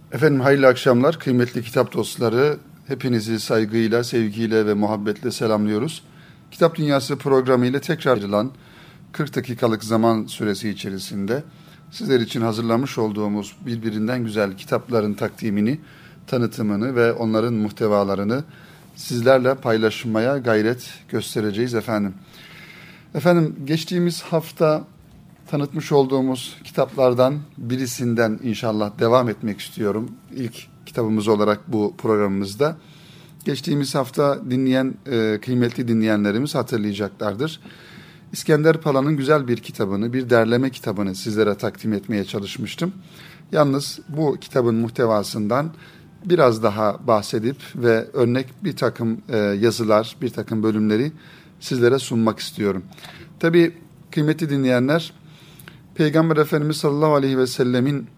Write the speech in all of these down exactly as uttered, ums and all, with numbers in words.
Efendim hayırlı akşamlar, kıymetli kitap dostları. Hepinizi saygıyla, sevgiyle ve muhabbetle selamlıyoruz. Kitap Dünyası programı ile tekrar ayrılan kırk dakikalık zaman süresi içerisinde sizler için hazırlamış olduğumuz birbirinden güzel kitapların takdimini, tanıtımını ve onların muhtevalarını sizlerle paylaşmaya gayret göstereceğiz efendim. Efendim geçtiğimiz hafta tanıtmış olduğumuz kitaplardan birisinden inşallah devam etmek istiyorum. İlk kitabımız olarak bu programımızda. Geçtiğimiz hafta dinleyen, e, kıymetli dinleyenlerimiz hatırlayacaklardır. İskender Pala'nın güzel bir kitabını, bir derleme kitabını sizlere takdim etmeye çalışmıştım. Yalnız bu kitabın muhtevasından biraz daha bahsedip ve örnek bir takım e, yazılar, bir takım bölümleri sizlere sunmak istiyorum. Tabii kıymetli dinleyenler, Peygamber Efendimiz sallallahu aleyhi ve sellemin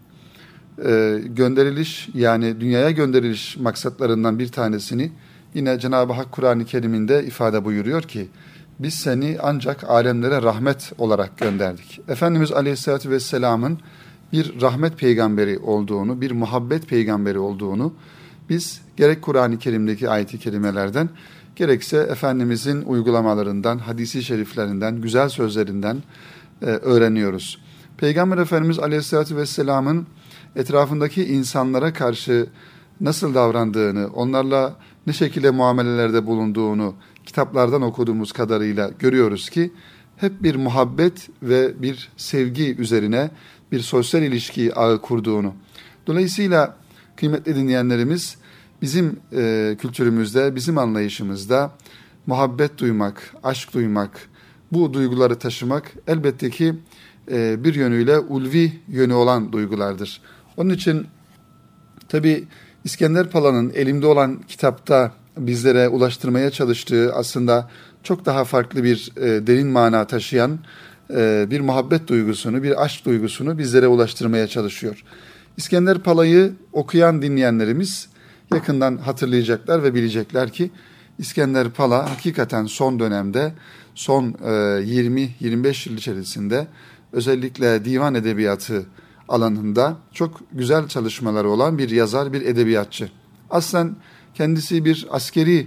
e, gönderiliş yani dünyaya gönderiliş maksatlarından bir tanesini yine Cenab-ı Hak Kur'an-ı Kerim'inde ifade buyuruyor ki biz seni ancak alemlere rahmet olarak gönderdik. Efendimiz Aleyhisselatü Vesselam'ın bir rahmet peygamberi olduğunu, bir muhabbet peygamberi olduğunu biz gerek Kur'an-ı Kerim'deki ayet-i kerimelerden gerekse Efendimizin uygulamalarından, hadisi şeriflerinden, güzel sözlerinden e, öğreniyoruz. Peygamber Efendimiz Aleyhisselatü Vesselam'ın etrafındaki insanlara karşı nasıl davrandığını, onlarla ne şekilde muamelelerde bulunduğunu kitaplardan okuduğumuz kadarıyla görüyoruz ki hep bir muhabbet ve bir sevgi üzerine bir sosyal ilişki ağı kurduğunu. Dolayısıyla kıymetli dinleyenlerimiz bizim e, kültürümüzde, bizim anlayışımızda muhabbet duymak, aşk duymak, bu duyguları taşımak elbette ki e, bir yönüyle ulvi yönü olan duygulardır. Onun için tabii İskender Pala'nın elimde olan kitapta bizlere ulaştırmaya çalıştığı aslında çok daha farklı bir e, derin mana taşıyan e, bir muhabbet duygusunu, bir aşk duygusunu bizlere ulaştırmaya çalışıyor. İskender Pala'yı okuyan dinleyenlerimiz yakından hatırlayacaklar ve bilecekler ki İskender Pala hakikaten son dönemde, son yirmi yirmi beş yıl içerisinde özellikle divan edebiyatı alanında çok güzel çalışmaları olan bir yazar, bir edebiyatçı. Aslen kendisi bir askeri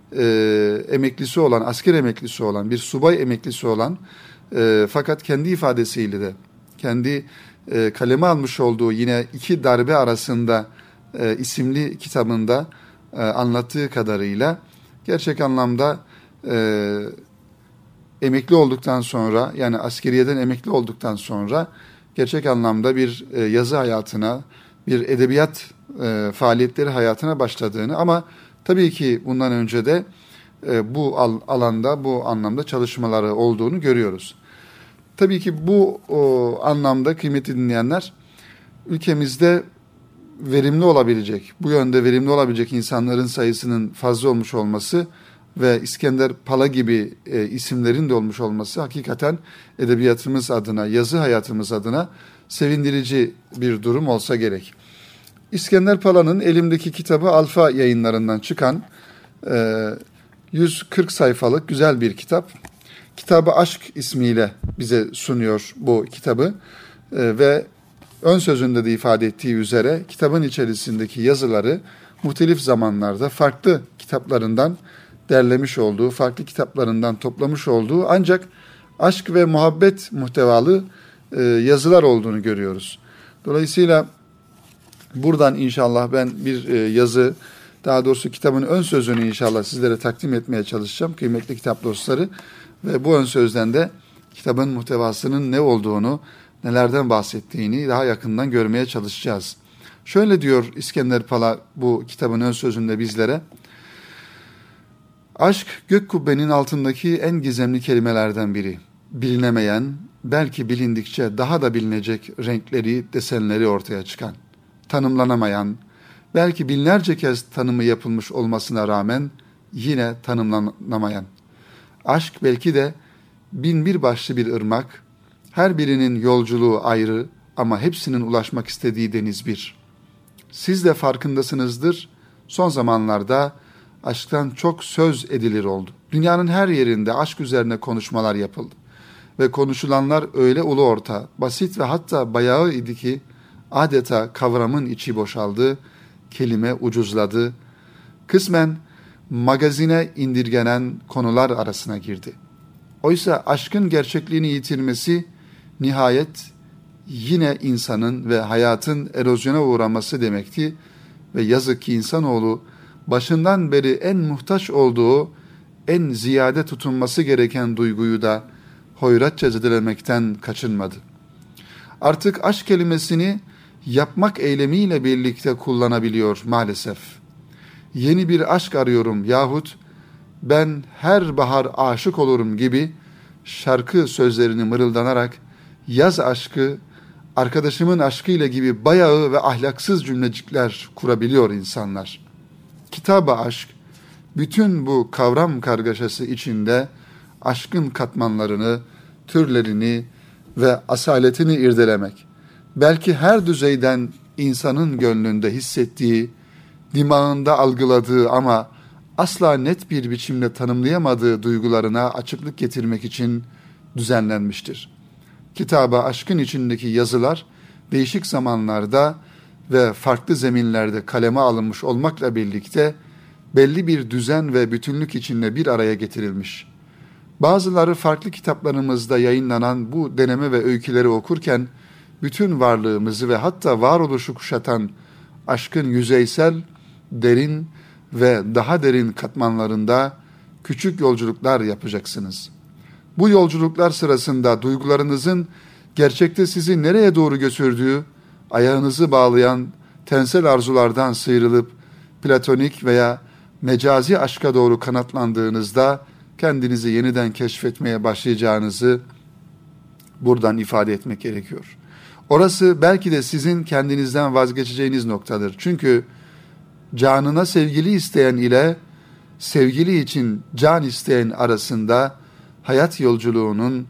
e, emeklisi olan, asker emeklisi olan, bir subay emeklisi olan e, fakat kendi ifadesiyle de, kendi e, kaleme almış olduğu yine iki darbe arasında e, isimli kitabında e, anlattığı kadarıyla gerçek anlamda e, emekli olduktan sonra yani askeriyeden emekli olduktan sonra gerçek anlamda bir e, yazı hayatına, bir edebiyat e, faaliyetleri hayatına başladığını ama tabii ki bundan önce de e, bu al, alanda, bu anlamda çalışmaları olduğunu görüyoruz. Tabii ki bu o, anlamda kıymetli dinleyenler ülkemizde verimli olabilecek, bu yönde verimli olabilecek insanların sayısının fazla olmuş olması ve İskender Pala gibi e, isimlerin de olmuş olması hakikaten edebiyatımız adına, yazı hayatımız adına sevindirici bir durum olsa gerek. İskender Pala'nın elimdeki kitabı Alfa Yayınlarından çıkan e, yüz kırk sayfalık güzel bir kitap. Kitabı Aşk ismiyle bize sunuyor bu kitabı e, ve ön sözünde de ifade ettiği üzere kitabın içerisindeki yazıları muhtelif zamanlarda farklı kitaplarından derlemiş olduğu, farklı kitaplarından toplamış olduğu ancak aşk ve muhabbet muhtevalı e, yazılar olduğunu görüyoruz. Dolayısıyla buradan inşallah ben bir e, yazı, daha doğrusu kitabın ön sözünü inşallah sizlere takdim etmeye çalışacağım kıymetli kitap dostları. Ve bu ön sözden de kitabın muhtevasının ne olduğunu, nelerden bahsettiğini daha yakından görmeye çalışacağız. Şöyle diyor İskender Pala bu kitabın ön sözünde bizlere. Aşk gök kubbenin altındaki en gizemli kelimelerden biri. Bilinemeyen, belki bilindikçe daha da bilinecek renkleri, desenleri ortaya çıkan. Tanımlanamayan, belki binlerce kez tanımı yapılmış olmasına rağmen yine tanımlanamayan. Aşk belki de bin bir başlı bir ırmak, her birinin yolculuğu ayrı ama hepsinin ulaşmak istediği deniz bir. Siz de farkındasınızdır, son zamanlarda aşktan çok söz edilir oldu. Dünyanın her yerinde aşk üzerine konuşmalar yapıldı. Ve konuşulanlar öyle ulu orta, basit ve hatta bayağı idi ki adeta kavramın içi boşaldı, kelime ucuzladı. Kısmen magazine indirgenen konular arasına girdi. Oysa aşkın gerçekliğini yitirmesi nihayet yine insanın ve hayatın erozyona uğraması demekti ve yazık ki insanoğlu başından beri en muhtaç olduğu, en ziyade tutunması gereken duyguyu da hoyratça zedelemekten kaçınmadı. Artık aşk kelimesini yapmak eylemiyle birlikte kullanabiliyor maalesef. Yeni bir aşk arıyorum yahut ben her bahar aşık olurum gibi şarkı sözlerini mırıldanarak yaz aşkı, arkadaşımın aşkıyla gibi bayağı ve ahlaksız cümlecikler kurabiliyor insanlar. Kitap-ı aşk, bütün bu kavram kargaşası içinde aşkın katmanlarını, türlerini ve asaletini irdelemek, belki her düzeyden insanın gönlünde hissettiği, dimağında algıladığı ama asla net bir biçimde tanımlayamadığı duygularına açıklık getirmek için düzenlenmiştir. Kitaba aşkın içindeki yazılar değişik zamanlarda ve farklı zeminlerde kaleme alınmış olmakla birlikte belli bir düzen ve bütünlük içinde bir araya getirilmiş. Bazıları farklı kitaplarımızda yayınlanan bu deneme ve öyküleri okurken bütün varlığımızı ve hatta varoluşu kuşatan aşkın yüzeysel, derin ve daha derin katmanlarında küçük yolculuklar yapacaksınız. Bu yolculuklar sırasında duygularınızın gerçekte sizi nereye doğru götürdüğü, ayağınızı bağlayan tensel arzulardan sıyrılıp platonik veya mecazi aşka doğru kanatlandığınızda kendinizi yeniden keşfetmeye başlayacağınızı buradan ifade etmek gerekiyor. Orası belki de sizin kendinizden vazgeçeceğiniz noktadır. Çünkü canına sevgili isteyen ile sevgili için can isteyen arasında hayat yolculuğunun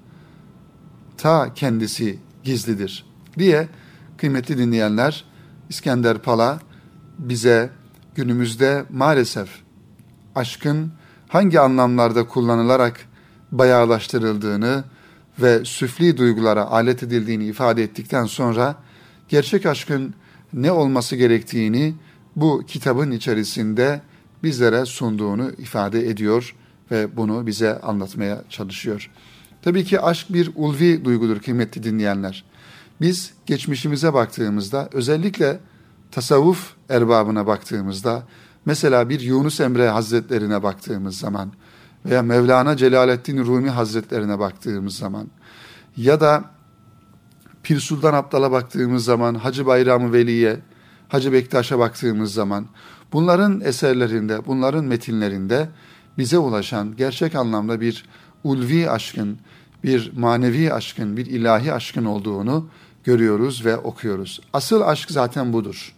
ta kendisi gizlidir diye kıymetli dinleyenler, İskender Pala bize günümüzde maalesef aşkın hangi anlamlarda kullanılarak bayağılaştırıldığını ve süfli duygulara alet edildiğini ifade ettikten sonra gerçek aşkın ne olması gerektiğini bu kitabın içerisinde bizlere sunduğunu ifade ediyor ve bunu bize anlatmaya çalışıyor. Tabii ki aşk bir ulvi duygudur kıymetli dinleyenler. Biz geçmişimize baktığımızda, özellikle tasavvuf erbabına baktığımızda, mesela bir Yunus Emre Hazretlerine baktığımız zaman veya Mevlana Celaleddin Rumi Hazretlerine baktığımız zaman ya da Pir Sultan Abdal'a baktığımız zaman, Hacı Bayram-ı Veli'ye, Hacı Bektaş'a baktığımız zaman bunların eserlerinde, bunların metinlerinde bize ulaşan gerçek anlamda bir ulvi aşkın, bir manevi aşkın, bir ilahi aşkın olduğunu görüyoruz ve okuyoruz. Asıl aşk zaten budur.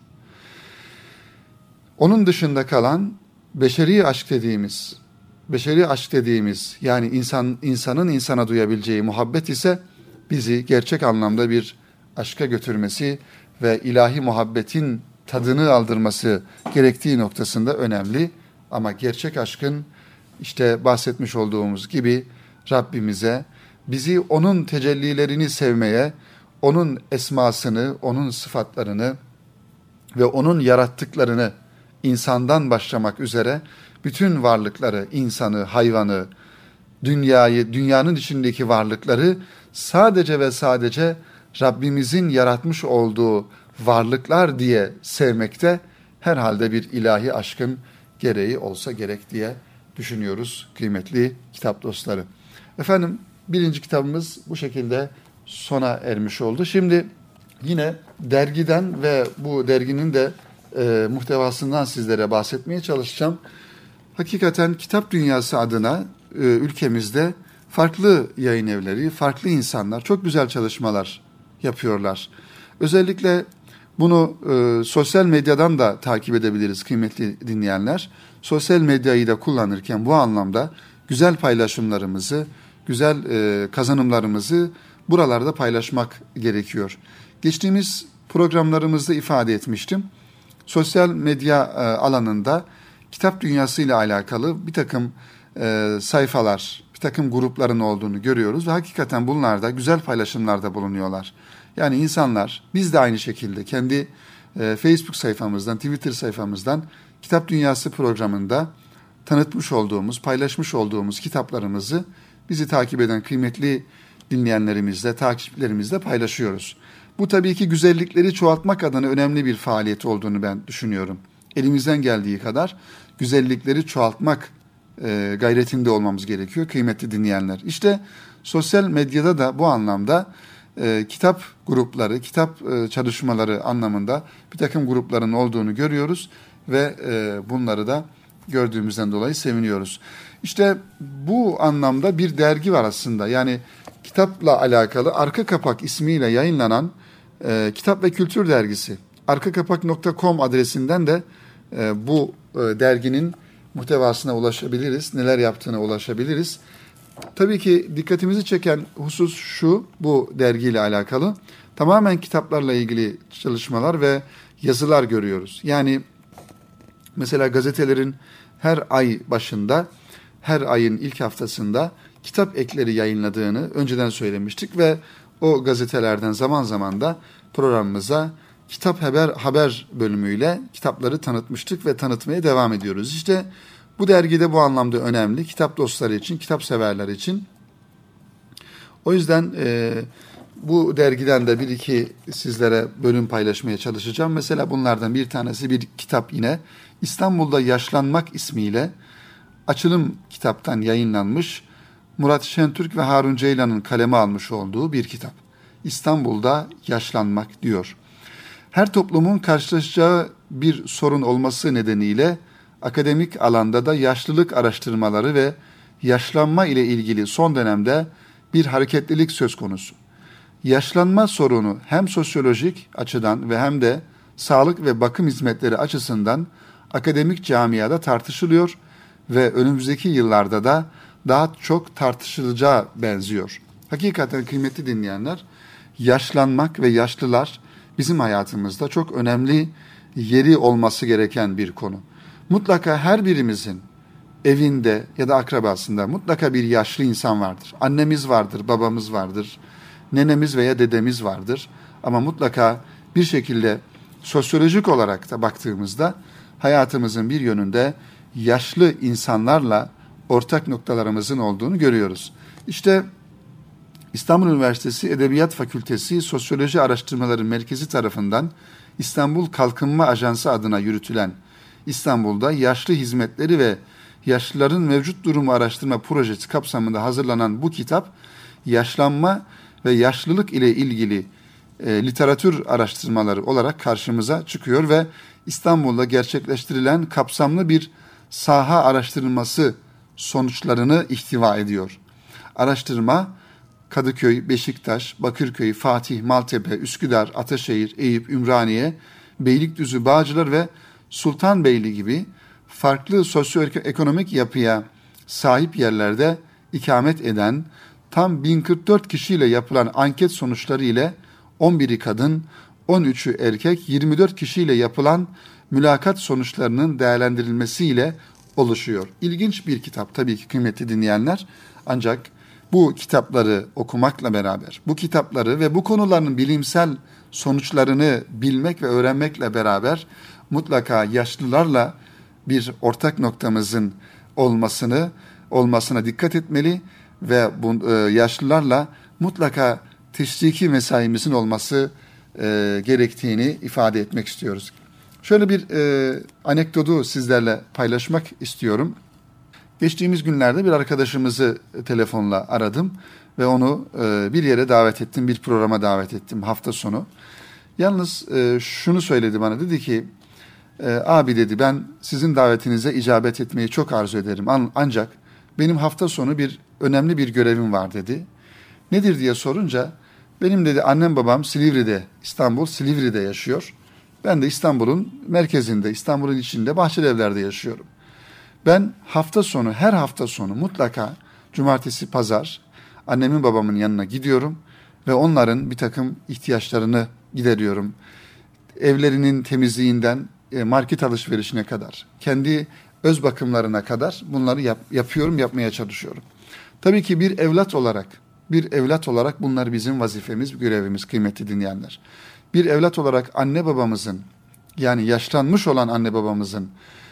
Onun dışında kalan beşeri aşk dediğimiz, beşeri aşk dediğimiz yani insan insanın insana duyabileceği muhabbet ise bizi gerçek anlamda bir aşka götürmesi ve ilahi muhabbetin tadını aldırması gerektiği noktasında önemli. Ama gerçek aşkın işte bahsetmiş olduğumuz gibi Rabbimize, bizi onun tecellilerini sevmeye, onun esmasını, onun sıfatlarını ve onun yarattıklarını insandan başlamak üzere bütün varlıkları, insanı, hayvanı, dünyayı, dünyanın içindeki varlıkları sadece ve sadece Rabbimizin yaratmış olduğu varlıklar diye sevmekte herhalde bir ilahi aşkın gereği olsa gerek diye düşünüyoruz kıymetli kitap dostları. Efendim birinci kitabımız bu şekilde sona ermiş oldu. Şimdi yine dergiden ve bu derginin de e, muhtevasından sizlere bahsetmeye çalışacağım. Hakikaten kitap dünyası adına e, ülkemizde farklı yayın evleri, farklı insanlar çok güzel çalışmalar yapıyorlar. Özellikle bunu e, sosyal medyadan da takip edebiliriz kıymetli dinleyenler. Sosyal medyayı da kullanırken bu anlamda güzel paylaşımlarımızı, güzel e, kazanımlarımızı buralarda paylaşmak gerekiyor. Geçtiğimiz programlarımızda ifade etmiştim. Sosyal medya e, alanında kitap dünyası ile alakalı bir takım e, sayfalar, bir takım grupların olduğunu görüyoruz ve hakikaten bunlar da güzel paylaşımlarda bulunuyorlar. Yani insanlar, biz de aynı şekilde kendi e, Facebook sayfamızdan, Twitter sayfamızdan Kitap Dünyası programında tanıtmış olduğumuz, paylaşmış olduğumuz kitaplarımızı bizi takip eden kıymetli dinleyenlerimizle, takipçilerimizle paylaşıyoruz. Bu tabii ki güzellikleri çoğaltmak adına önemli bir faaliyet olduğunu ben düşünüyorum. Elimizden geldiği kadar güzellikleri çoğaltmak e, gayretinde olmamız gerekiyor kıymetli dinleyenler. İşte sosyal medyada da bu anlamda e, kitap grupları, kitap e, çalışmaları anlamında bir takım grupların olduğunu görüyoruz ve e, bunları da gördüğümüzden dolayı seviniyoruz. İşte bu anlamda bir dergi var aslında. Yani kitapla alakalı Arka Kapak ismiyle yayınlanan e, Kitap ve Kültür Dergisi. arkakapak nokta com adresinden de e, bu e, derginin muhtevasına ulaşabiliriz. Neler yaptığına ulaşabiliriz. Tabii ki dikkatimizi çeken husus şu, bu dergiyle alakalı. Tamamen kitaplarla ilgili çalışmalar ve yazılar görüyoruz. Yani mesela gazetelerin her ay başında, her ayın ilk haftasında kitap ekleri yayınladığını önceden söylemiştik ve o gazetelerden zaman zaman da programımıza kitap haber haber bölümüyle kitapları tanıtmıştık ve tanıtmaya devam ediyoruz. İşte bu dergide bu anlamda önemli. Kitap dostları için, kitap severler için. O yüzden e, bu dergiden de bir iki sizlere bölüm paylaşmaya çalışacağım. Mesela bunlardan bir tanesi bir kitap yine İstanbul'da Yaşlanmak ismiyle açılım kitaptan yayınlanmış, Murat Şentürk ve Harun Ceylan'ın kaleme almış olduğu bir kitap. İstanbul'da Yaşlanmak diyor. Her toplumun karşılaşacağı bir sorun olması nedeniyle akademik alanda da yaşlılık araştırmaları ve yaşlanma ile ilgili son dönemde bir hareketlilik söz konusu. Yaşlanma sorunu hem sosyolojik açıdan ve hem de sağlık ve bakım hizmetleri açısından akademik camiada tartışılıyor ve önümüzdeki yıllarda da daha çok tartışılacağı benziyor. Hakikaten kıymetli dinleyenler, yaşlanmak ve yaşlılar bizim hayatımızda çok önemli yeri olması gereken bir konu. Mutlaka her birimizin evinde ya da akrabasında mutlaka bir yaşlı insan vardır. Annemiz vardır, babamız vardır, nenemiz veya dedemiz vardır. Ama mutlaka bir şekilde sosyolojik olarak da baktığımızda hayatımızın bir yönünde yaşlı insanlarla ortak noktalarımızın olduğunu görüyoruz. İşte İstanbul Üniversitesi Edebiyat Fakültesi Sosyoloji Araştırmaları Merkezi tarafından İstanbul Kalkınma Ajansı adına yürütülen İstanbul'da yaşlı hizmetleri ve yaşlıların mevcut durumu araştırma projesi kapsamında hazırlanan bu kitap, yaşlanma ve yaşlılık ile ilgili e, literatür araştırmaları olarak karşımıza çıkıyor ve İstanbul'da gerçekleştirilen kapsamlı bir saha araştırması sonuçlarını ihtiva ediyor. Araştırma, Kadıköy, Beşiktaş, Bakırköy, Fatih, Maltepe, Üsküdar, Ataşehir, Eyüp, Ümraniye, Beylikdüzü, Bağcılar ve Sultanbeyli gibi farklı sosyoekonomik yapıya sahip yerlerde ikamet eden tam bin kırk dört kişiyle yapılan anket sonuçları ile on biri kadın, on üçü erkek, yirmi dört kişiyle yapılan mülakat sonuçlarının değerlendirilmesiyle oluşuyor. İlginç bir kitap tabii ki kıymetli dinleyenler. Ancak bu kitapları okumakla beraber, bu kitapları ve bu konuların bilimsel sonuçlarını bilmek ve öğrenmekle beraber mutlaka yaşlılarla bir ortak noktamızın olmasını olmasına dikkat etmeli ve bu e, yaşlılarla mutlaka teşviki mesaimizin olması e, gerektiğini ifade etmek istiyoruz. Şöyle bir e, anekdotu sizlerle paylaşmak istiyorum. Geçtiğimiz günlerde bir arkadaşımızı telefonla aradım ve onu e, bir yere davet ettim, bir programa davet ettim hafta sonu. Yalnız e, şunu söyledi bana, dedi ki, e, abi dedi, ben sizin davetinize icabet etmeyi çok arzu ederim An- ancak benim hafta sonu bir önemli bir görevim var dedi. Nedir diye sorunca, benim dedi annem babam Silivri'de, İstanbul Silivri'de yaşıyor. Ben de İstanbul'un merkezinde, İstanbul'un içinde Bahçelievler'de yaşıyorum. Ben hafta sonu, her hafta sonu mutlaka cumartesi, pazar annemin babamın yanına gidiyorum ve onların bir takım ihtiyaçlarını gideriyorum. Evlerinin temizliğinden market alışverişine kadar, kendi öz bakımlarına kadar bunları yap, yapıyorum, yapmaya çalışıyorum. Tabii ki bir evlat olarak Bir evlat olarak bunlar bizim vazifemiz, görevimiz kıymetli dinleyenler. Bir evlat olarak anne babamızın, yani yaşlanmış olan anne babamızın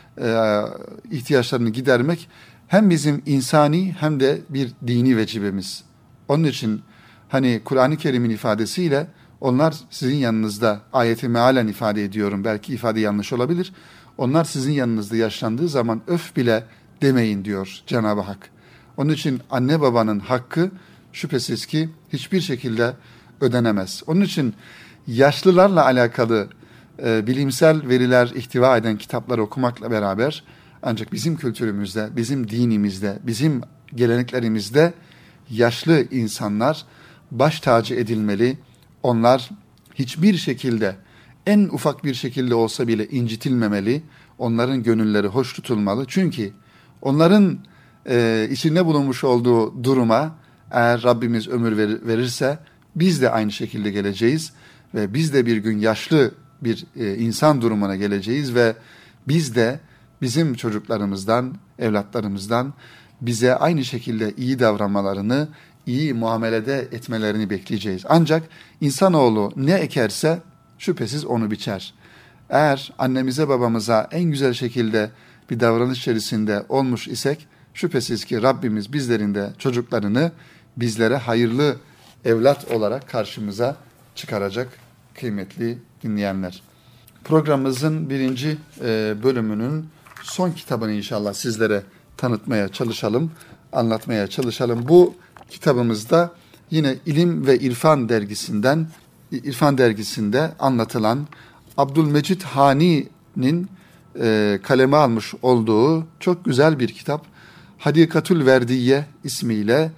e, ihtiyaçlarını gidermek hem bizim insani hem de bir dini vecibemiz. Onun için hani Kur'an-ı Kerim'in ifadesiyle onlar sizin yanınızda, ayeti mealen ifade ediyorum, belki ifade yanlış olabilir. Onlar sizin yanınızda yaşlandığı zaman öf bile demeyin diyor Cenab-ı Hak. Onun için anne babanın hakkı şüphesiz ki hiçbir şekilde ödenemez. Onun için yaşlılarla alakalı e, bilimsel veriler ihtiva eden kitapları okumakla beraber ancak bizim kültürümüzde, bizim dinimizde, bizim geleneklerimizde yaşlı insanlar baş tacı edilmeli. Onlar hiçbir şekilde, en ufak bir şekilde olsa bile incitilmemeli. Onların gönülleri hoş tutulmalı. Çünkü onların e, içinde bulunmuş olduğu duruma eğer Rabbimiz ömür verir, verirse biz de aynı şekilde geleceğiz. Ve biz de bir gün yaşlı bir e, insan durumuna geleceğiz ve biz de bizim çocuklarımızdan, evlatlarımızdan bize aynı şekilde iyi davranmalarını, iyi muamelede etmelerini bekleyeceğiz. Ancak insanoğlu ne ekerse şüphesiz onu biçer. Eğer annemize babamıza en güzel şekilde bir davranış içerisinde olmuş isek, şüphesiz ki Rabbimiz bizlerin de çocuklarını bizlere hayırlı evlat olarak karşımıza çıkaracak kıymetli dinleyenler. Programımızın birinci bölümünün son kitabını inşallah sizlere tanıtmaya çalışalım, anlatmaya çalışalım. Bu kitabımızda yine İlim ve İrfan dergisinden, İrfan dergisinde anlatılan Abdülmecid Hani'nin e, kaleme almış olduğu çok güzel bir kitap. Hadikatül Verdiye ismiyle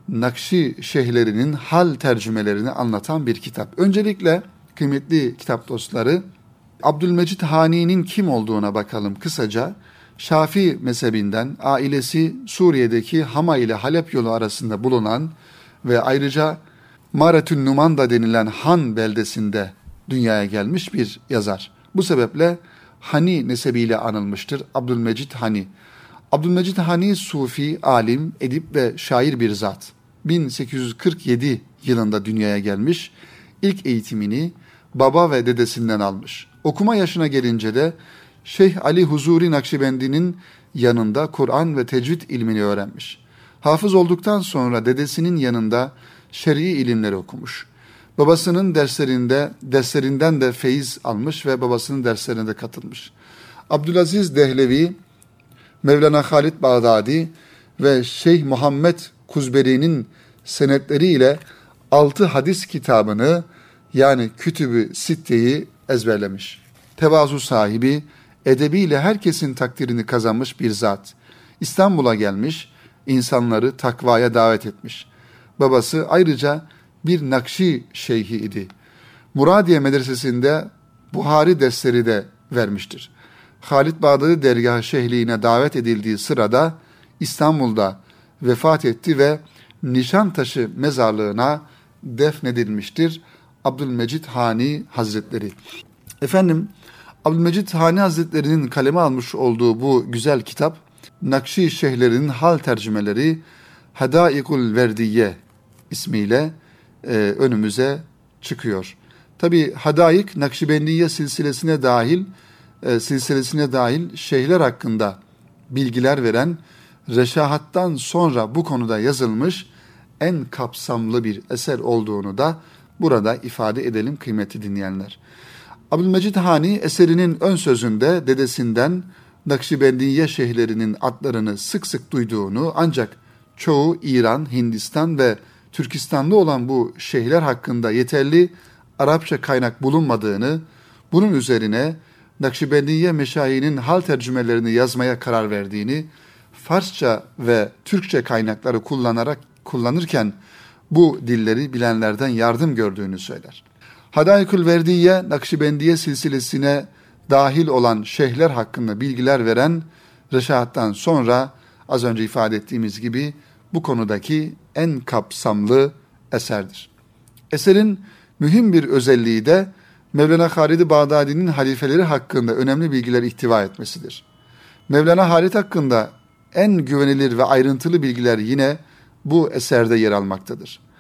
Nakşi şeyhlerinin hal tercümelerini anlatan bir kitap. Öncelikle kıymetli kitap dostları, Abdülmecid Hani'nin kim olduğuna bakalım kısaca. Şafii mezhebinden, ailesi Suriye'deki Hama ile Halep yolu arasında bulunan ve ayrıca Maretün Numanda denilen Han beldesinde dünyaya gelmiş bir yazar. Bu sebeple Hani nesebiyle anılmıştır Abdülmecid Hani. Abdülmecid Hani Sufi, alim, edip ve şair bir zat. bin sekiz yüz kırk yedi yılında dünyaya gelmiş, ilk eğitimini baba ve dedesinden almış. Okuma yaşına gelince de Şeyh Ali Huzuri Nakşibendi'nin yanında Kur'an ve tecvid ilmini öğrenmiş. Hafız olduktan sonra dedesinin yanında şer'i ilimleri okumuş. Babasının derslerinde derslerinden de feyiz almış ve babasının derslerine de katılmış. Abdülaziz Dehlevi, Mevlana Halid Bağdadi ve Şeyh Muhammed Kuzberi'nin senetleriyle altı hadis kitabını yani Kütüb-ü Sitte'yi ezberlemiş. Tevazu sahibi, edebiyle herkesin takdirini kazanmış bir zat. İstanbul'a gelmiş, insanları takvaya davet etmiş. Babası ayrıca bir Nakşi şeyhi idi. Muradiye medresesinde Buhari dersleri de vermiştir. Halid Bağdadi dergah şeyhliğine davet edildiği sırada İstanbul'da vefat etti ve Nişantaşı mezarlığına defnedilmiştir Abdülmecid Hani Hazretleri. Efendim, Abdülmecid Hani Hazretleri'nin kaleme almış olduğu bu güzel kitap, Nakşi şeyhlerinin hal tercümeleri Hadaikul Verdiye ismiyle e, önümüze çıkıyor. Tabi Hadaik, Nakşibendiye silsilesine dahil, e, silsilesine dahil şeyhler hakkında bilgiler veren, Reşahat'tan sonra bu konuda yazılmış en kapsamlı bir eser olduğunu da burada ifade edelim kıymetli dinleyenler. Abdülmecid Hani eserinin ön sözünde dedesinden Nakşibendiye şeyhlerinin adlarını sık sık duyduğunu, ancak çoğu İran, Hindistan ve Türkistan'da olan bu şeyhler hakkında yeterli Arapça kaynak bulunmadığını, bunun üzerine Nakşibendiye meşayihinin hal tercümelerini yazmaya karar verdiğini, Farsça ve Türkçe kaynakları kullanarak kullanırken bu dilleri bilenlerden yardım gördüğünü söyler. Hadaikül Verdiye, Nakşibendiye silsilesine dahil olan şeyhler hakkında bilgiler veren Reşahat'tan sonra az önce ifade ettiğimiz gibi bu konudaki en kapsamlı eserdir. Eserin mühim bir özelliği de Mevlana Halid Bağdadi'nin halifeleri hakkında önemli bilgiler ihtiva etmesidir. Mevlana Halid hakkında en güvenilir ve ayrıntılı bilgiler yine bu eserde yer almaktadır.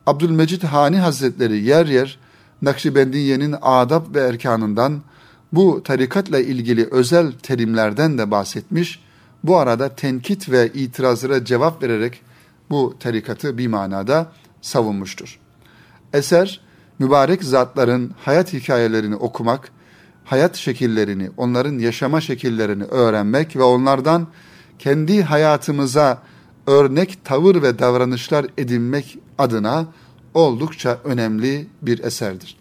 Abdülmecid Hani Hazretleri yer yer Nakşibendiye'nin adab ve erkanından, bu tarikatla ilgili özel terimlerden de bahsetmiş. Bu arada tenkit ve itirazlara cevap vererek bu tarikatı bir manada savunmuştur. Eser, mübarek zatların hayat hikayelerini okumak, hayat şekillerini, onların yaşama şekillerini öğrenmek ve onlardan kendi hayatımıza örnek tavır ve davranışlar edinmek adına oldukça önemli bir eserdir.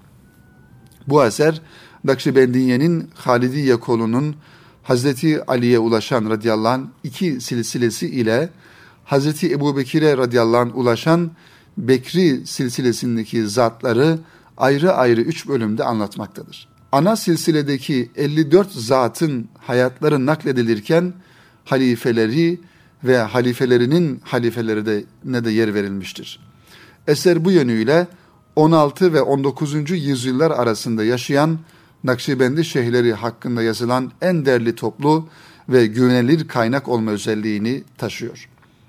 Bu eser, Nakşibendiye'nin Halidiye kolunun Hazreti Ali'ye ulaşan radıyallahu anh iki silsilesi ile Hazreti Ebubekir'e radıyallahu anh ulaşan Bekri silsilesindeki zatları ayrı ayrı üç bölümde anlatmaktadır. Ana silsiledeki elli dört zatın hayatları nakledilirken halifeleri ve halifelerinin halifeleri de ne de yer verilmiştir. Eser bu yönüyle on altı ve on dokuzuncu yüzyıllar arasında yaşayan Nakşibendi şeyhleri hakkında yazılan en değerli toplu ve güvenilir kaynak olma özelliğini taşıyor.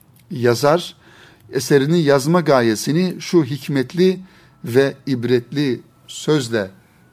Yazar, eserini yazma gayesini şu hikmetli ve ibretli sözle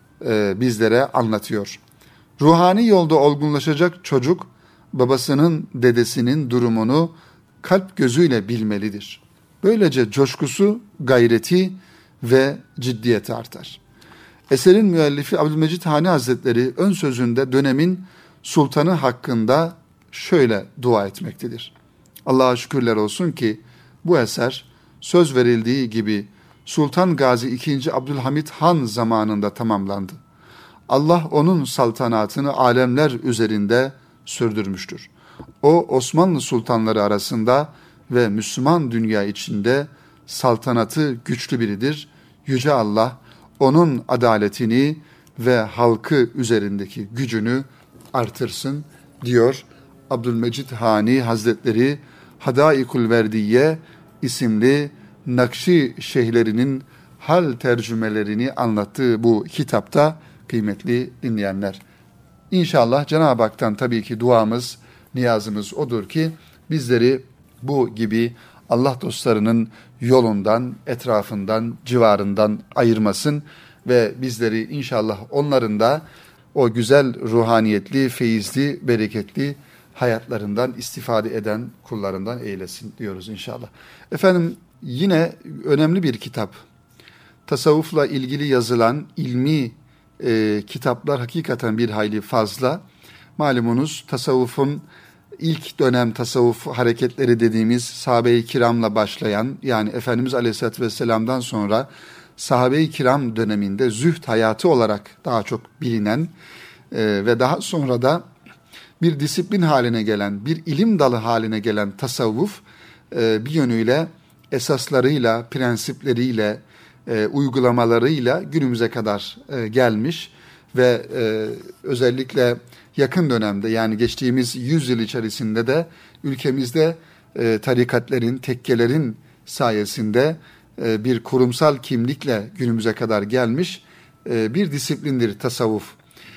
e, bizlere anlatıyor. Ruhani yolda olgunlaşacak çocuk, babasının, dedesinin durumunu kalp gözüyle bilmelidir. Böylece coşkusu, gayreti ve ciddiyeti artar. Eserin müellifi Abdülmecid Hani Hazretleri ön sözünde dönemin sultanı hakkında şöyle dua etmektedir. Allah'a şükürler olsun ki bu eser söz verildiği gibi Sultan Gazi ikinci. Abdülhamit Han zamanında tamamlandı. Allah onun saltanatını alemler üzerinde sürdürmüştür. O Osmanlı sultanları arasında ve Müslüman dünya içinde saltanatı güçlü biridir. Yüce Allah onun adaletini ve halkı üzerindeki gücünü artırsın diyor Abdülmecid Hani Hazretleri Hadaikul Verdiye isimli Nakşi şeyhlerinin hal tercümelerini anlattığı bu kitapta kıymetli dinleyenler. İnşallah Cenab-ı Hak'tan tabii ki duamız, niyazımız odur ki bizleri bu gibi Allah dostlarının yolundan, etrafından, civarından ayırmasın ve bizleri inşallah onların da o güzel ruhaniyetli, feyizli, bereketli hayatlarından istifade eden kullarından eylesin diyoruz inşallah. Efendim yine önemli bir kitap. Tasavvufla ilgili yazılan ilmi e, kitaplar hakikaten bir hayli fazla. Malumunuz tasavvufun ilk dönem tasavvuf hareketleri dediğimiz sahabe-i kiramla başlayan, yani Efendimiz Aleyhisselatü Vesselam'dan sonra sahabe-i kiram döneminde zühd hayatı olarak daha çok bilinen e, ve daha sonra da bir disiplin haline gelen, bir ilim dalı haline gelen tasavvuf e, bir yönüyle esaslarıyla, prensipleriyle, e, uygulamalarıyla günümüze kadar e, gelmiş ve e, özellikle yakın dönemde, yani geçtiğimiz yüz yıl içerisinde de ülkemizde e, tarikatlerin, tekkelerin sayesinde e, bir kurumsal kimlikle günümüze kadar gelmiş e, bir disiplindir tasavvuf.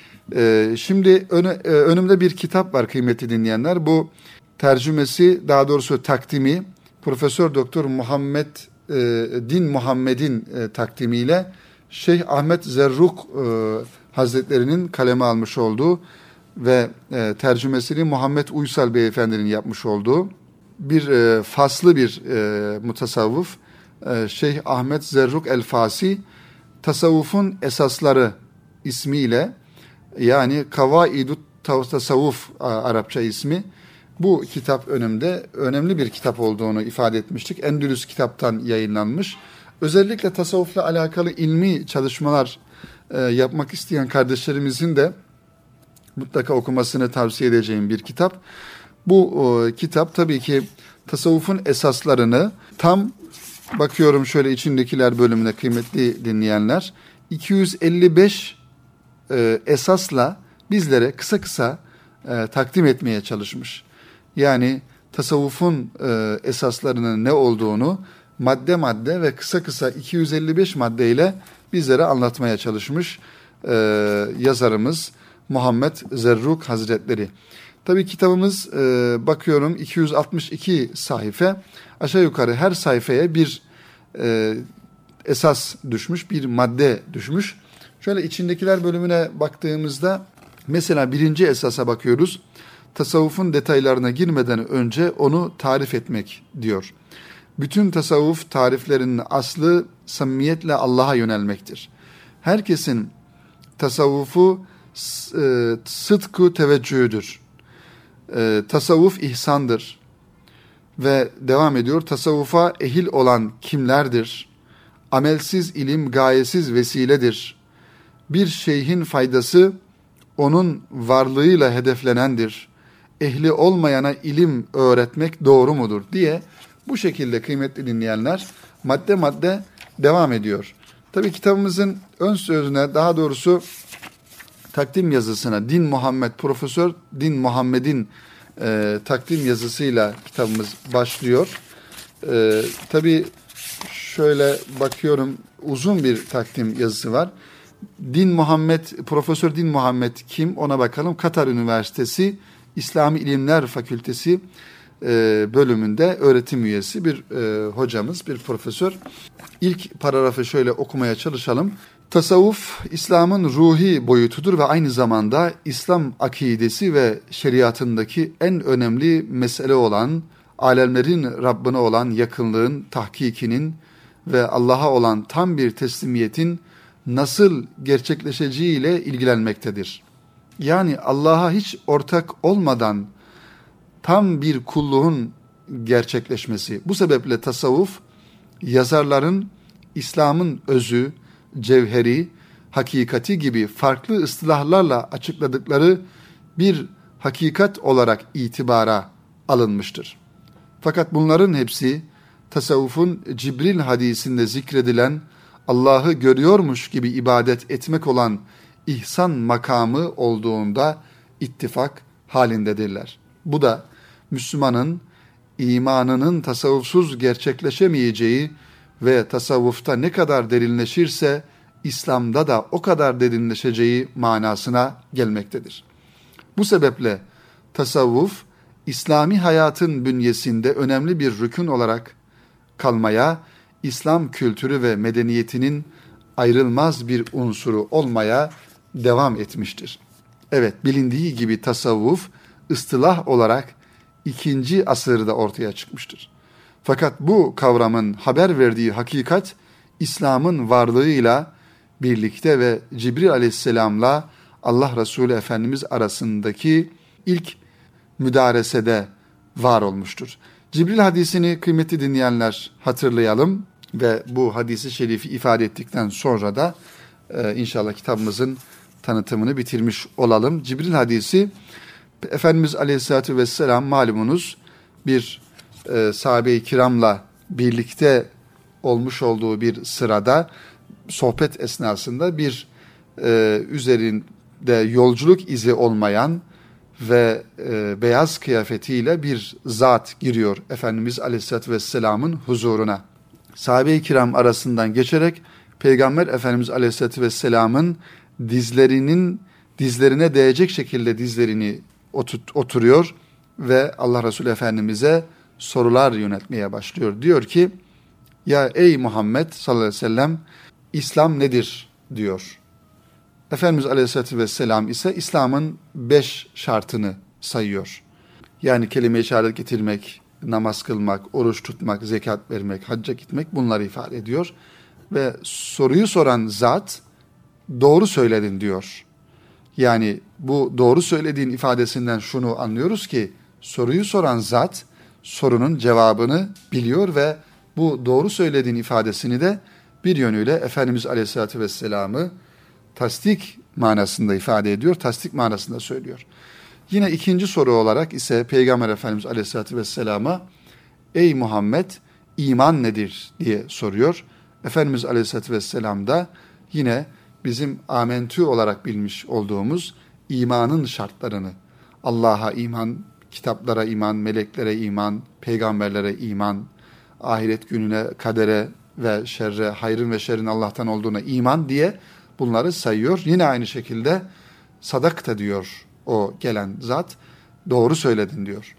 E, şimdi öne, e, önümde bir kitap var kıymetli dinleyenler. Bu tercümesi, daha doğrusu takdimi Profesör Doktor Muhammed e, Din Muhammed'in e, takdimiyle Şeyh Ahmet Zerruk e, Hazretlerinin kaleme almış olduğu ve e, tercümesini Muhammed Uysal Beyefendinin yapmış olduğu bir e, faslı bir e, mutasavvuf e, Şeyh Ahmet Zerruk El-Fasi, Tasavvufun Esasları ismiyle, yani Kavaidut Tasavvuf Arapça ismi, bu kitap önümde önemli bir kitap olduğunu ifade etmiştik. Endülüs kitaptan yayınlanmış. Özellikle tasavvufla alakalı ilmi çalışmalar e, yapmak isteyen kardeşlerimizin de mutlaka okumasını tavsiye edeceğim bir kitap. Bu o, kitap tabii ki tasavvufun esaslarını tam, bakıyorum şöyle içindekiler bölümüne kıymetli dinleyenler, iki yüz elli beş e, esasla bizlere kısa kısa e, takdim etmeye çalışmış. Yani tasavvufun e, esaslarının ne olduğunu madde madde ve kısa kısa iki yüz elli beş maddeyle bizlere anlatmaya çalışmış e, yazarımız Muhammed Zerruk Hazretleri. Tabii kitabımız e, bakıyorum iki yüz altmış iki sayfa, aşağı yukarı her sayfaya bir e, esas düşmüş, bir madde düşmüş. Şöyle içindekiler bölümüne baktığımızda mesela birinci esasa bakıyoruz. Tasavvufun detaylarına girmeden önce onu tarif etmek diyor. Bütün tasavvuf tariflerinin aslı samimiyetle Allah'a yönelmektir. Herkesin tasavvufu e, sıdkı teveccühüdür. E, tasavvuf ihsandır. Ve devam ediyor, tasavvufa ehil olan kimlerdir? Amelsiz ilim gayesiz vesiledir. Bir şeyhin faydası onun varlığıyla hedeflenendir. Ehli olmayana ilim öğretmek doğru mudur diye bu şekilde kıymetli dinleyenler madde madde devam ediyor. Tabii kitabımızın ön sözüne, daha doğrusu takdim yazısına Din Muhammed, Profesör Din Muhammed'in e, takdim yazısıyla kitabımız başlıyor. E, tabii şöyle bakıyorum, uzun bir takdim yazısı var. Din Muhammed, Profesör Din Muhammed kim? Ona bakalım. Katar Üniversitesi İslami İlimler Fakültesi e, bölümünde öğretim üyesi bir e, hocamız, bir profesör. İlk paragrafı şöyle okumaya çalışalım. Tasavvuf, İslam'ın ruhi boyutudur ve aynı zamanda İslam akidesi ve şeriatındaki en önemli mesele olan, alemlerin Rabbine olan yakınlığın, tahkikinin ve Allah'a olan tam bir teslimiyetin nasıl gerçekleşeceğiyle ilgilenmektedir. Yani Allah'a hiç ortak olmadan tam bir kulluğun gerçekleşmesi. Bu sebeple tasavvuf, yazarların İslam'ın özü, cevheri, hakikati gibi farklı ıstılahlarla açıkladıkları bir hakikat olarak itibara alınmıştır. Fakat bunların hepsi tasavvufun Cibril hadisinde zikredilen Allah'ı görüyormuş gibi ibadet etmek olan ihsan makamı olduğunda ittifak halindedirler. Bu da Müslümanın imanının tasavvufsuz gerçekleşemeyeceği ve tasavvufta ne kadar derinleşirse İslam'da da o kadar derinleşeceği manasına gelmektedir. Bu sebeple tasavvuf, İslami hayatın bünyesinde önemli bir rükün olarak kalmaya, İslam kültürü ve medeniyetinin ayrılmaz bir unsuru olmaya devam etmiştir. Evet, bilindiği gibi tasavvuf, ıstılah olarak ikinci asırda ortaya çıkmıştır. Fakat bu kavramın haber verdiği hakikat, İslam'ın varlığıyla birlikte ve Cibril aleyhisselamla Allah Resulü Efendimiz arasındaki ilk müdaresede var olmuştur. Cibril hadisini kıymetli dinleyenler hatırlayalım ve bu hadisi şerifi ifade ettikten sonra da e, inşallah kitabımızın tanıtımını bitirmiş olalım. Cibril hadisi, Efendimiz Aleyhisselatü Vesselam malumunuz bir e, sahabe-i kiramla birlikte olmuş olduğu bir sırada sohbet esnasında bir e, üzerinde yolculuk izi olmayan ve e, beyaz kıyafetiyle bir zat giriyor Efendimiz Aleyhisselatü Vesselam'ın huzuruna. Sahabe-i kiram arasından geçerek Peygamber Efendimiz Aleyhisselatü Vesselam'ın dizlerinin dizlerine değecek şekilde dizlerini oturt, oturuyor ve Allah Resulü Efendimiz'e sorular yöneltmeye başlıyor. Diyor ki, ya ey Muhammed sallallahu aleyhi ve sellem, İslam nedir diyor. Efendimiz Aleyhisselatü Vesselam ise İslam'ın beş şartını sayıyor. Yani kelime-i şehadet getirmek, namaz kılmak, oruç tutmak, zekat vermek, hacca gitmek, bunları ifade ediyor. Ve soruyu soran zat, doğru söyledin diyor. Yani bu doğru söylediğin ifadesinden şunu anlıyoruz ki, soruyu soran zat sorunun cevabını biliyor ve bu doğru söylediğin ifadesini de bir yönüyle Efendimiz Aleyhisselatü Vesselam'ı tasdik manasında ifade ediyor, tasdik manasında söylüyor. Yine ikinci soru olarak ise Peygamber Efendimiz Aleyhisselatü Vesselam'a, ey Muhammed, iman nedir diye soruyor. Efendimiz Aleyhisselatü Vesselam da yine bizim amentü olarak bilmiş olduğumuz imanın şartlarını, Allah'a iman, kitaplara iman, meleklere iman, peygamberlere iman, ahiret gününe, kadere ve şerre, hayrın ve şerrin Allah'tan olduğuna iman diye bunları sayıyor. Yine aynı şekilde sadakta diyor o gelen zat, doğru söyledin diyor.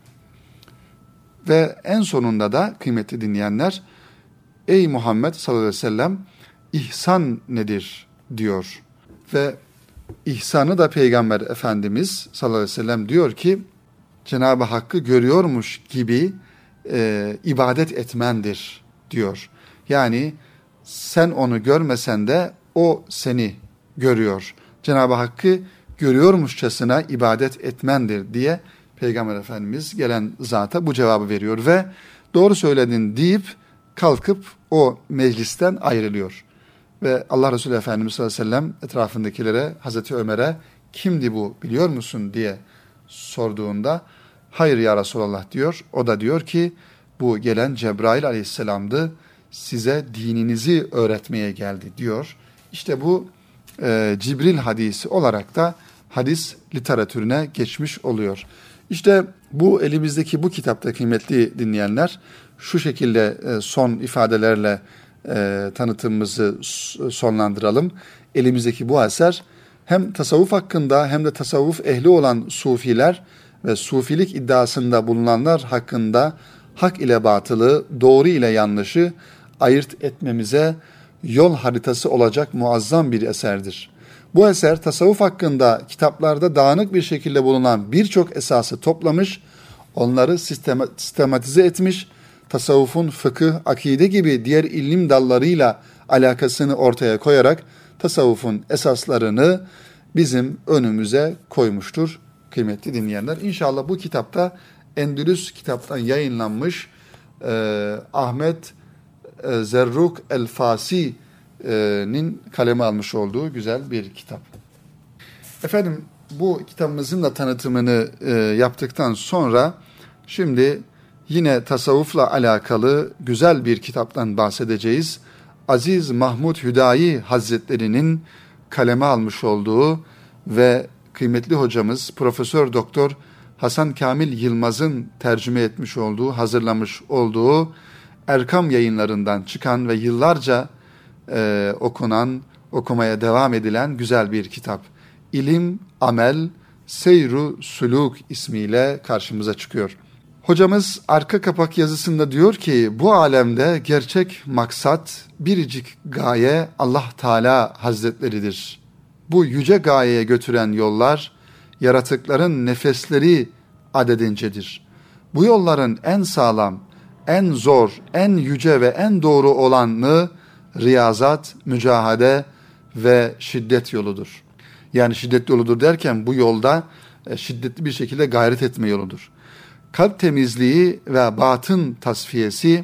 Ve en sonunda da kıymetli dinleyenler, ey Muhammed sallallahu aleyhi ve sellem, ihsan nedir diyor. Ve ihsanı da Peygamber Efendimiz sallallahu aleyhi ve sellem diyor ki, Cenab-ı Hakk'ı görüyormuş gibi e, ibadet etmendir diyor. Yani sen onu görmesen de o seni görüyor. Cenab-ı Hakk'ı görüyormuşçasına ibadet etmendir diye Peygamber Efendimiz gelen zata bu cevabı veriyor ve doğru söyledin deyip kalkıp o meclisten ayrılıyor. Ve Allah Resulü Efendimiz sallallahu aleyhi ve sellem etrafındakilere, Hazreti Ömer'e kimdi bu biliyor musun diye sorduğunda hayır ya Resulallah diyor. O da diyor ki bu gelen Cebrail aleyhisselamdı, size dininizi öğretmeye geldi diyor. İşte bu e, Cibril hadisi olarak da hadis literatürüne geçmiş oluyor. İşte bu elimizdeki bu kitapta kıymetli dinleyenler şu şekilde e, son ifadelerle e, tanıtımımızı sonlandıralım. Elimizdeki bu eser hem tasavvuf hakkında hem de tasavvuf ehli olan sufiler ve sufilik iddiasında bulunanlar hakkında hak ile batılı, doğru ile yanlışı ayırt etmemize yol haritası olacak muazzam bir eserdir. Bu eser tasavvuf hakkında kitaplarda dağınık bir şekilde bulunan birçok esası toplamış, onları sistematize etmiş, tasavvufun fıkıh, akide gibi diğer ilim dallarıyla alakasını ortaya koyarak tasavvufun esaslarını bizim önümüze koymuştur kıymetli dinleyenler. İnşallah bu kitapta Endülüs kitaptan yayınlanmış e, Ahmet e, Zerruk el-Fasi'nin kaleme almış olduğu güzel bir kitap. Efendim bu kitabımızın da tanıtımını e, yaptıktan sonra şimdi yine tasavvufla alakalı güzel bir kitaptan bahsedeceğiz. Aziz Mahmud Hüdayi Hazretleri'nin kaleme almış olduğu ve kıymetli hocamız Profesör Doktor Hasan Kamil Yılmaz'ın tercüme etmiş olduğu, hazırlamış olduğu Erkam Yayınlarından çıkan ve yıllarca e, okunan, okumaya devam edilen güzel bir kitap. İlim, Amel, Seyru Suluk ismiyle karşımıza çıkıyor. Hocamız arka kapak yazısında diyor ki, bu alemde gerçek maksat, biricik gaye Allah Teala Hazretleridir. Bu yüce gayeye götüren yollar, yaratıkların nefesleri adedincedir. Bu yolların en sağlam, en zor, en yüce ve en doğru olanı riyazat, mücahede ve şiddet yoludur. Yani şiddet yoludur derken bu yolda şiddetli bir şekilde gayret etme yoludur. Kalp temizliği ve batın tasfiyesi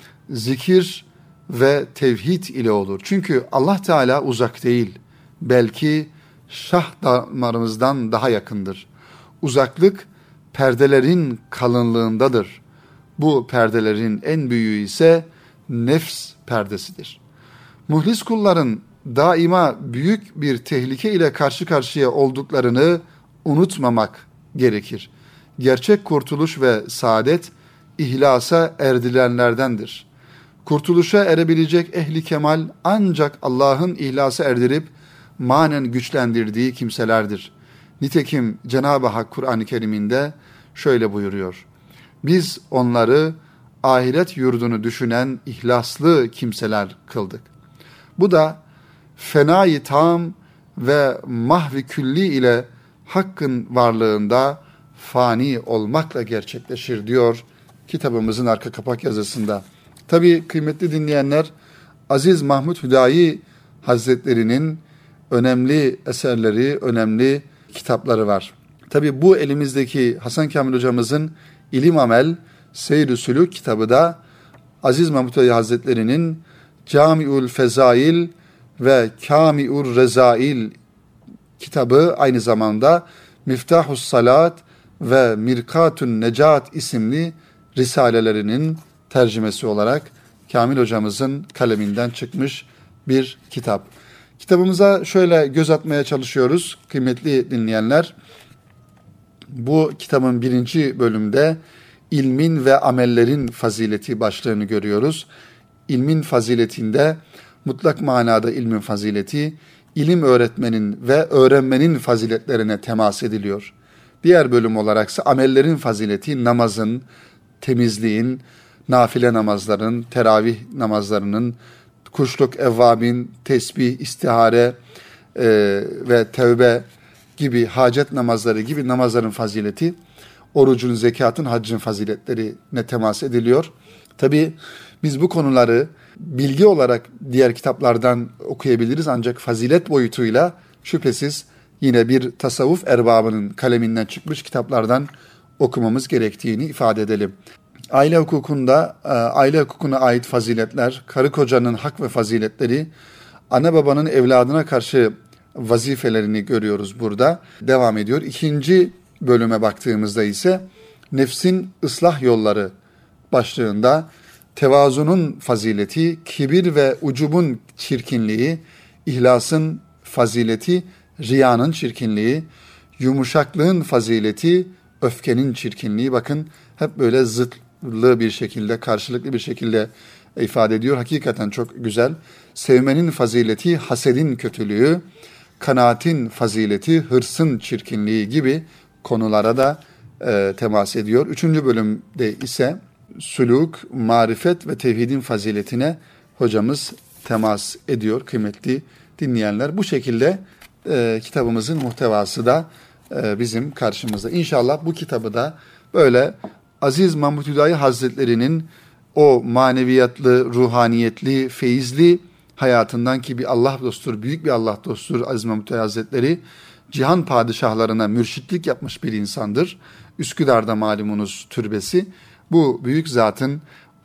zikir ve tevhid ile olur. Çünkü Allah Teala uzak değil, belki şah damarımızdan daha yakındır. Uzaklık perdelerin kalınlığındadır. Bu perdelerin en büyüğü ise nefs perdesidir. Muhlis kulların daima büyük bir tehlike ile karşı karşıya olduklarını unutmamak gerekir. Gerçek kurtuluş ve saadet ihlasa erdilenlerdendir. Kurtuluşa erebilecek ehli kemal ancak Allah'ın ihlasa erdirip manen güçlendirdiği kimselerdir. Nitekim Cenab-ı Hak Kur'an-ı Kerim'inde şöyle buyuruyor. Biz onları ahiret yurdunu düşünen ihlaslı kimseler kıldık. Bu da fenayı tam ve mahvi külli ile Hakk'ın varlığında fani olmakla gerçekleşir diyor kitabımızın arka kapak yazısında. Tabii kıymetli dinleyenler, Aziz Mahmud Hüdayi Hazretleri'nin önemli eserleri, önemli kitapları var. Tabii bu elimizdeki Hasan Kamil hocamızın İlim Amel, Seyr-i Sülük kitabı da Aziz Mahmud Hüdayi Hazretleri'nin Cami'ül Fezail ve Kami'ül Rezail kitabı, aynı zamanda Miftahus Salat ve Mirkatun Necat isimli risalelerinin tercümesi olarak Kamil hocamızın kaleminden çıkmış bir kitap. Kitabımıza şöyle göz atmaya çalışıyoruz kıymetli dinleyenler. Bu kitabın birinci bölümde ilmin ve amellerin fazileti başlığını görüyoruz. İlmin faziletinde mutlak manada ilmin fazileti, ilim öğretmenin ve öğrenmenin faziletlerine temas ediliyor. Diğer bölüm olaraksa amellerin fazileti, namazın, temizliğin, nafile namazların, teravih namazlarının, kuşluk, evvabin, tesbih, istihare e, ve tevbe gibi hacet namazları gibi namazların fazileti, orucun, zekatın, haccın faziletlerine temas ediliyor. Tabii biz bu konuları bilgi olarak diğer kitaplardan okuyabiliriz ancak fazilet boyutuyla şüphesiz yine bir tasavvuf erbabının kaleminden çıkmış kitaplardan okumamız gerektiğini ifade edelim. Aile hukukunda, aile hukukuna ait faziletler, karı kocanın hak ve faziletleri, ana babanın evladına karşı vazifelerini görüyoruz burada. Devam ediyor. İkinci bölüme baktığımızda ise nefsin ıslah yolları başlığında tevazunun fazileti, kibir ve ucubun çirkinliği, ihlasın fazileti, riyanın çirkinliği, yumuşaklığın fazileti, öfkenin çirkinliği. Bakın hep böyle zıtlı bir şekilde, karşılıklı bir şekilde ifade ediyor. Hakikaten çok güzel. Sevmenin fazileti, hasedin kötülüğü, kanaatin fazileti, hırsın çirkinliği gibi konulara da e, temas ediyor. Üçüncü bölümde ise sülûk, marifet ve tevhidin faziletine hocamız temas ediyor kıymetli dinleyenler. Bu şekilde e, kitabımızın muhtevası da e, bizim karşımızda. İnşallah bu kitabı da böyle Aziz Mahmud Hüdayi Hazretleri'nin o maneviyatlı, ruhaniyetli, feyizli hayatından ki bir Allah dostudur, büyük bir Allah dostudur Aziz Mahmud Hüdayi Hazretleri, cihan padişahlarına mürşitlik yapmış bir insandır. Üsküdar'da malumunuz türbesi. Bu büyük zatın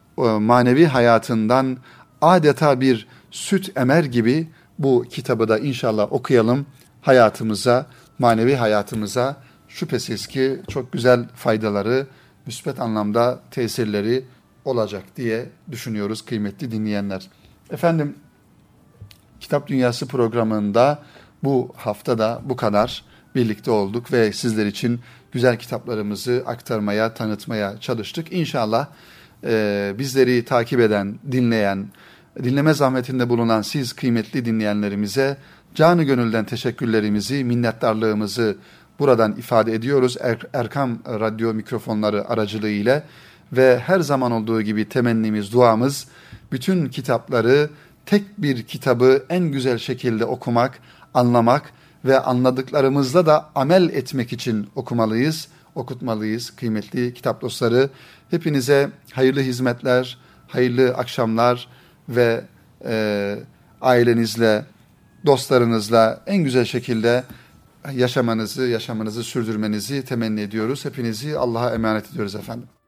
manevi hayatından adeta bir süt emer gibi bu kitabı da inşallah okuyalım. Hayatımıza, manevi hayatımıza şüphesiz ki çok güzel faydaları, müsbet anlamda tesirleri olacak diye düşünüyoruz kıymetli dinleyenler. Efendim, Kitap Dünyası programında bu haftada bu kadar birlikte olduk ve sizler için güzel kitaplarımızı aktarmaya, tanıtmaya çalıştık. İnşallah e, bizleri takip eden, dinleyen, dinleme zahmetinde bulunan siz kıymetli dinleyenlerimize canı gönülden teşekkürlerimizi, minnettarlığımızı buradan ifade ediyoruz. Er, Erkam Radyo mikrofonları aracılığıyla ve her zaman olduğu gibi temennimiz, duamız bütün kitapları, tek bir kitabı en güzel şekilde okumak, anlamak ve anladıklarımızla da amel etmek için okumalıyız, okutmalıyız kıymetli kitap dostları. Hepinize hayırlı hizmetler, hayırlı akşamlar ve e, ailenizle, dostlarınızla en güzel şekilde yaşamanızı, yaşamınızı sürdürmenizi temenni ediyoruz. Hepinizi Allah'a emanet ediyoruz efendim.